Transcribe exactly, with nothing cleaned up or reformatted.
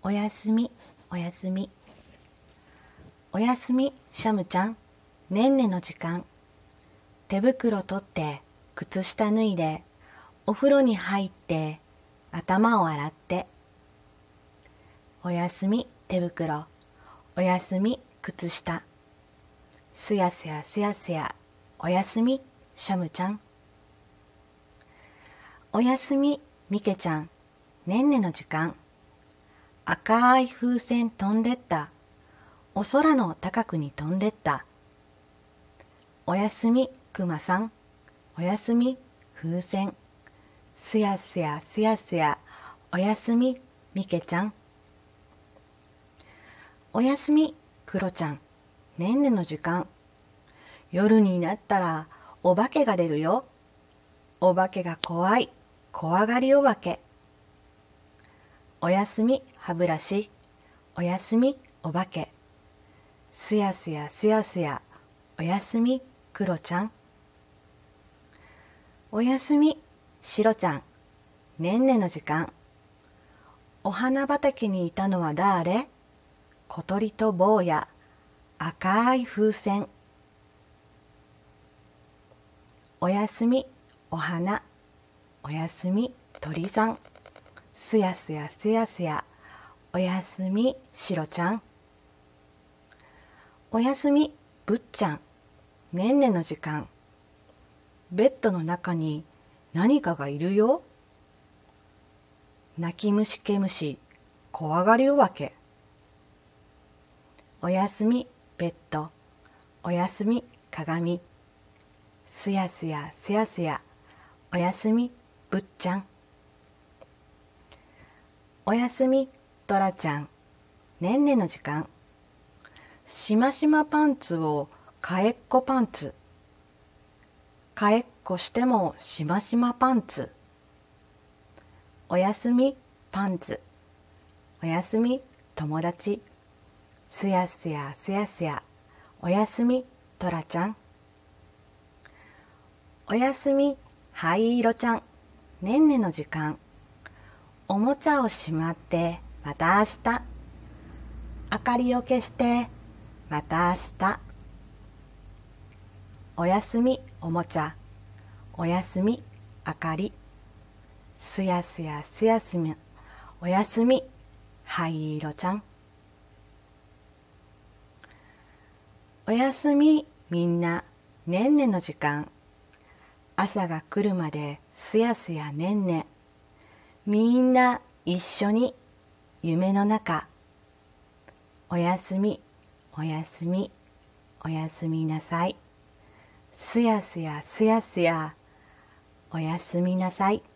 おやすみ、おやすみ。おやすみ、シャムちゃん。ねんねの時間。手袋取って、靴下脱いで、お風呂に入って、頭を洗って。おやすみ、手袋。おやすみ、靴下。すやすやすやすや。おやすみ、シャムちゃん。おやすみ、みけちゃん。ねんねの時間。赤い風船飛んでった。お空の高くに飛んでった。おやすみ、くまさん。おやすみ、風船。すやすやすやすや。おやすみ、みけちゃん。おやすみ、クロちゃん。ねんねの時間。夜になったらお化けが出るよ。お化けが怖い。怖がりお化け。おやすみ、歯ブラシ。おやすみ、お化け。すやすやすやすや。おやすみ、クロちゃん。おやすみ、シロちゃん。ねんねの時間。お花畑にいたのはだーれ？小鳥と坊や、赤い風船。おやすみ、お花。おやすみ、鳥さん。すやすやすやすや。おやすみ、シロちゃん。おやすみ、ぶっちゃん。ねんねの時間。ベッドの中に何かがいるよ。泣き虫けむし、怖がりお化け。おやすみ、ベッド。おやすみ、鏡。すやすやすやすや。おやすみ、ぶっちゃん。おやすみ、トラちゃん。ねんねの時間。しましまパンツをかえっこパンツ。かえっこしてもしましまパンツ。おやすみ、パンツ。おやすみ、友達。すやすやすやすや。おやすみ、トラちゃん。おやすみ、灰色ちゃん。ねんねの時間。おもちゃをしまって、また明日。明かりを消して、また明日。おやすみ、おもちゃ。おやすみ、明かり。すやすやすやすみ。おやすみ、灰色ちゃん。おやすみ、みんな。ねんねの時間。朝が来るまですやすやねんね。みんな一緒に夢の中。おやすみ、おやすみ、おやすみなさい。すやすやすやすや。おやすみなさい。